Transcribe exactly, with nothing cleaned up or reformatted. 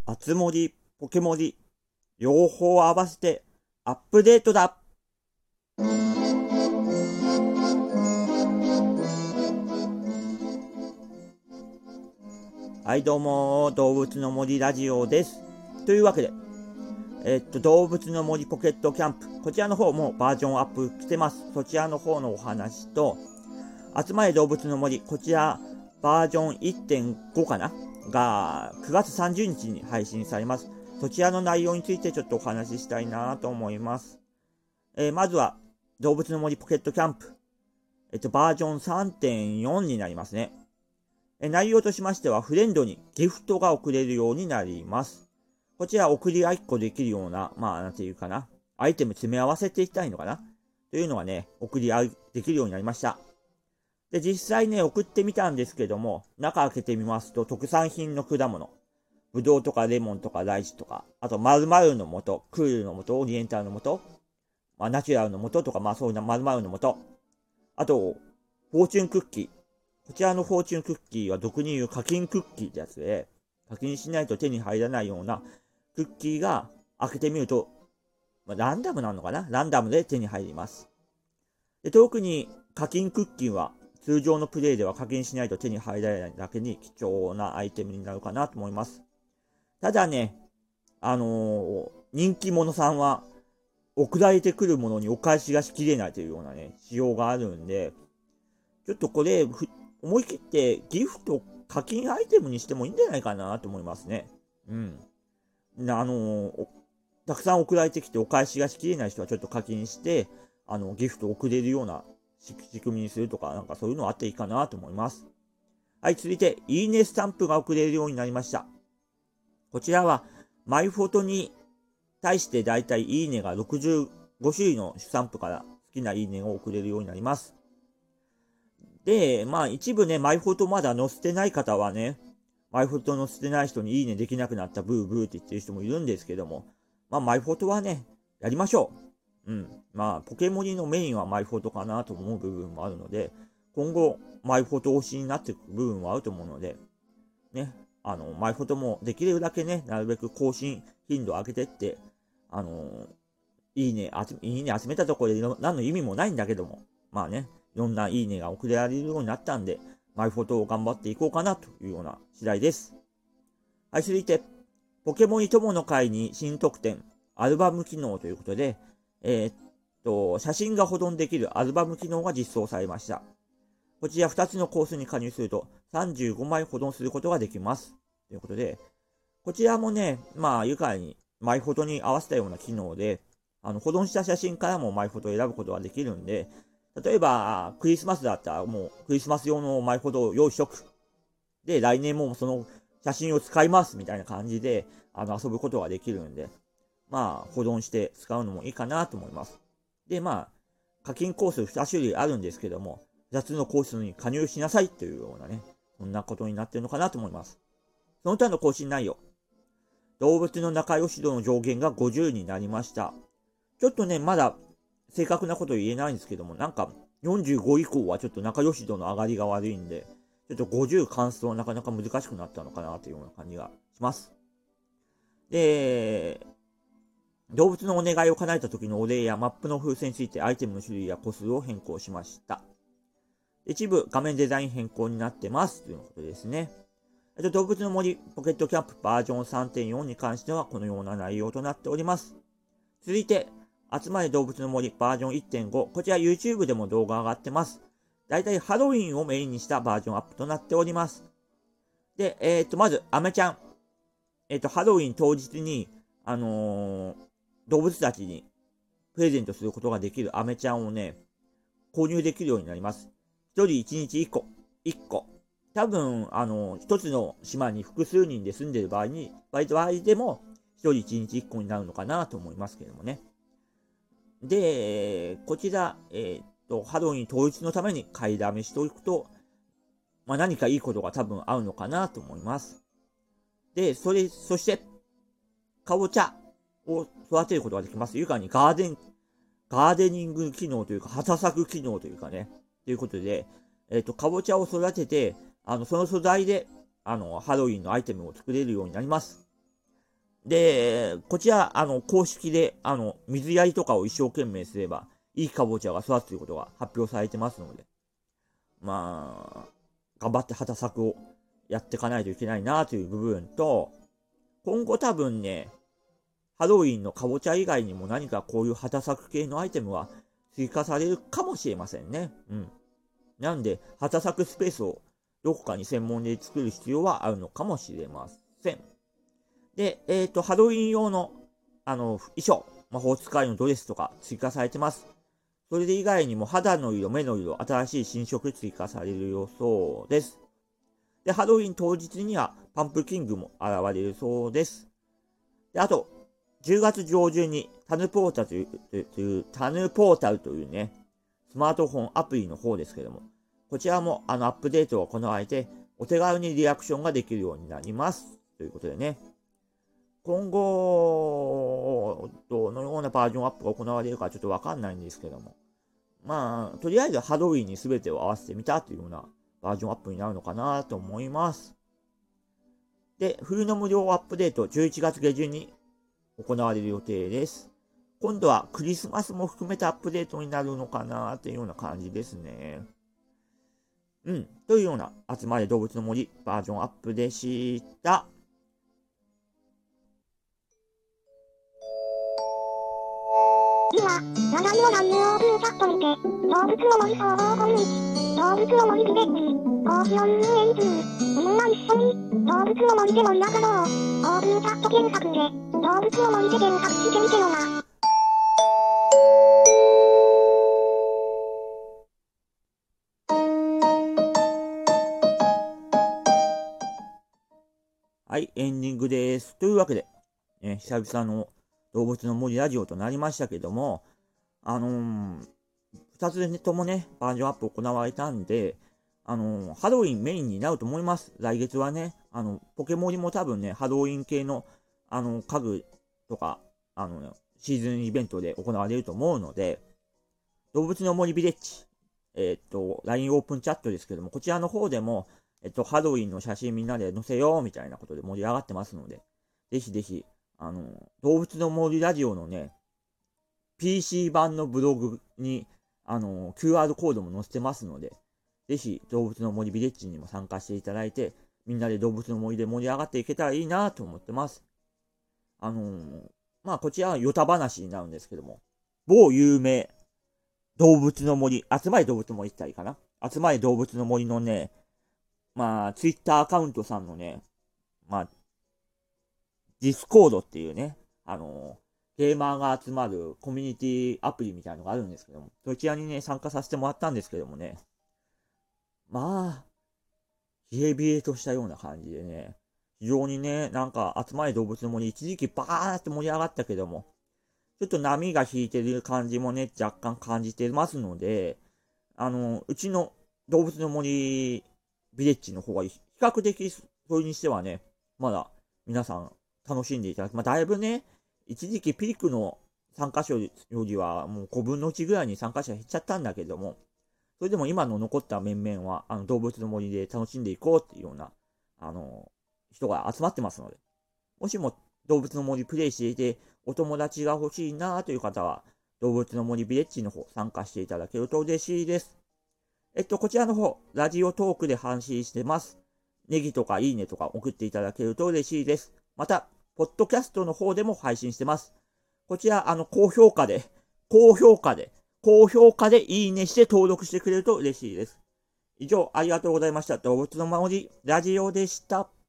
あつ森、ポケモリ、両方合わせてアップデートだ。はい、どうも、動物の森ラジオです。というわけで、えっと、動物の森ポケットキャンプ、こちらの方もバージョンアップしてます。そちらの方のお話と、集まれ動物の森、こちらバージョン いってんご かながくがつさんじゅうにちに配信されます。そちらの内容についてちょっとお話ししたいなと思います。えー、まずは、動物の森ポケットキャンプ、えっと、バージョン さんてんよん になりますね。えー、内容としましては、フレンドにギフトが送れるようになります。こちら、送り合いっこできるような、まあ、なんていうかな、アイテム詰め合わせていきたいのかなというのがね、送り合いできるようになりました。で、実際ね、送ってみたんですけども、中開けてみますと、特産品の果物、ぶどうとかレモンとかライチとか、あと、〇〇の素、クールの素、オリエンタルの素、まあ、ナチュラルの素とか、まあ、そういうな〇〇の素、あと、フォーチュンクッキー。こちらのフォーチュンクッキーは俗に言う課金クッキーってやつで、課金しないと手に入らないようなクッキーが開けてみると、まあ、ランダムなのかなランダムで手に入ります。で、特に課金クッキーは通常のプレイでは課金しないと手に入らないだけに貴重なアイテムになるかなと思います。ただね、あのー、人気者さんは送られてくるものにお返しがしきれないというようなね、仕様があるんで、ちょっとこれ、思い切ってギフト課金アイテムにしてもいいんじゃないかなと思いますね。うん。あのー、たくさん送られてきてお返しがしきれない人はちょっと課金して、あの、ギフトを送れるような仕組みにするとか、なんかそういうのあっていいかなと思います。はい、続いて、いいねスタンプが送れるようになりました。こちらは、マイフォトに対してだいたいいいねがろくじゅうご種類のスタンプから好きないいねを送れるようになります。で、まあ一部ね、マイフォトまだ載せてない方はね、マイフォト載せてない人にいいねできなくなったブーブーって言ってる人もいるんですけども、まあマイフォトはね、やりましょう。うん。まあ、ポケモリのメインはマイフォトかなと思う部分もあるので、今後、マイフォト推しになっていく部分はあると思うので、ね、あの、マイフォトもできるだけね、なるべく更新頻度を上げてって、あの、いいね、いいね集めたところで何の意味もないんだけども、まあね、いろんないいねが送られるようになったんで、マイフォトを頑張っていこうかなというような次第です。はい、続いて、ポケモン友の会に新特典、アルバム機能ということで、えー、っと、写真が保存できるアルバム機能が実装されました。こちらふたつのコースに加入するとさんじゅうごまい保存することができます。ということで、こちらもね、まあ、愉快にマイフォトに合わせたような機能で、あの、保存した写真からもマイフォトを選ぶことができるんで、例えば、クリスマスだったらもうクリスマス用のマイフォトを用意しとく。で、来年もその写真を使いますみたいな感じで、あの、遊ぶことができるんで、まあ、保存して使うのもいいかなと思います。で、まあ、課金コースに種類あるんですけども、ふたつのコースに加入しなさいというようなね、そんなことになってるのかなと思います。その他の更新内容。動物の仲良し度の上限がごじゅうになりました。ちょっとね、まだ正確なこと言えないんですけども、なんかよんじゅうご以降はちょっと仲良し度の上がりが悪いんで、ちょっとごじゅう関数はなかなか難しくなったのかなというような感じがします。で、動物のお願いを叶えた時のお礼やマップの風船についてアイテムの種類や個数を変更しました。一部画面デザイン変更になってますということですね。動物の森ポケットキャンプバージョン さんてんよん に関してはこのような内容となっております。続いて、集まれ動物の森バージョン いってんご。こちら YouTube でも動画上がってます。だいたいハロウィンをメインにしたバージョンアップとなっております。で、えっ、ー、と、まず、アメちゃん。えっ、ー、と、ハロウィン当日に、あのー、動物たちにプレゼントすることができるアメちゃんをね、購入できるようになります。ひとりいちにちいっこ。いっこ。多分、あの、一つの島に複数人で住んでいる場合に、場合でも、ひとりいちにちいっこになるのかなと思いますけどもね。で、こちら、えー、っと、ハロウィン当日のために買いだめしておくと、まあ、何かいいことが多分合うのかなと思います。で、それ、そして、かぼちゃを育てることができます。床にガーデン、ガーデニング機能というか、畑作機能というかね、ということで、えー、っと、かぼちゃを育てて、あの、その素材で、あの、ハロウィンのアイテムを作れるようになります。 で、こちら、あの、公式で、あの、水やりとかを一生懸命すれば、いいかぼちゃが育つということが発表されてますので、まあ、頑張って畑作をやっていかないといけないなという部分と、今後多分ね、ハロウィンのかぼちゃ以外にも何かこういう畑作系のアイテムは追加されるかもしれませんね。うん。なんで、畑作スペースをどこかに専門で作る必要はあるのかもしれません。で、えっと、ハロウィン用の、あの、衣装、魔法使いのドレスとか追加されてます。それで以外にも肌の色、目の色、新しい新色追加される予想です。で、ハロウィン当日にはパンプキングも現れるそうです。で、あと、じゅうがつ上旬にタヌポータルという、というタヌポータルというね、スマートフォンアプリの方ですけども、こちらもあのアップデートが行われて、お手軽にリアクションができるようになります。ということでね、今後、どのようなバージョンアップが行われるかちょっとわかんないんですけども、まあ、とりあえずハロウィンに全てを合わせてみたというようなバージョンアップになるのかなと思います。で、冬の無料アップデートじゅういちがつ下旬に行われる予定です。今度はクリスマスも含めたアップデートになるのかなというような感じですね。うん。というような集まれ動物の森バージョンアップでした。 次は、話題の乱入オープンチャットにて、動物の森総合コミュニティ、動物の森ビレッジ、講師を運営中。みんな一緒に、動物の森で盛り上がろう。オープンチャット検索で、動物の森で検索してみてよな。 はい、エンディングです。というわけで、ね、久々の動物の森ラジオとなりましたけども、あのー、二つともね、バージョンアップ行われたんで、あのー、ハロウィンメインになると思います。来月はね、あの、ポケモリも多分ね、ハロウィン系の、あの、家具とか、あの、ね、シーズンイベントで行われると思うので、動物の森ビレッジ、えー、っと、ライン オープンチャットですけども、こちらの方でも、えっと、ハロウィンの写真みんなで載せようみたいなことで盛り上がってますので、ぜひぜひ、あの、動物の森ラジオのね、ピーシー 版のブログに、あの、キューアール コードも載せてますので、ぜひ動物の森ビレッジにも参加していただいて、みんなで動物の森で盛り上がっていけたらいいなと思ってます。あのー、まあ、こちらはヨタ話になるんですけども、某有名動物の森、集まり動物の森って言ったらいいかな。集まり動物の森のね、まあ、ツイッターアカウントさんのね、まあ、ディスコードっていうね、あのー、ゲーマーが集まるコミュニティアプリみたいなのがあるんですけども、そちらにね、参加させてもらったんですけどもね、まあ、冷え冷えとしたような感じでね、非常にね、なんか集まり動物の森一時期バーって盛り上がったけども、ちょっと波が引いてる感じもね、若干感じてますので、あの、うちの動物の森ビレッジの方が比較的それにしてはね、まだ皆さん楽しんでいただく。まあ、だいぶね、一時期ピークの参加者よりはもうごぶんのいちぐらいに参加者減っちゃったんだけども、それでも今の残った面々は、あの動物の森で楽しんでいこうっていうような、あの、人が集まってますので、もしも動物の森プレイしていて、お友達が欲しいなという方は、動物の森ビレッジの方参加していただけると嬉しいです。えっと、こちらの方、ラジオトークで配信してます。ネギとかいいねとか送っていただけると嬉しいです。また、ポッドキャストの方でも配信してます。こちら、あの、高評価で、高評価で、高評価でいいねして登録してくれると嬉しいです。以上、ありがとうございました。動物の森ラジオでした。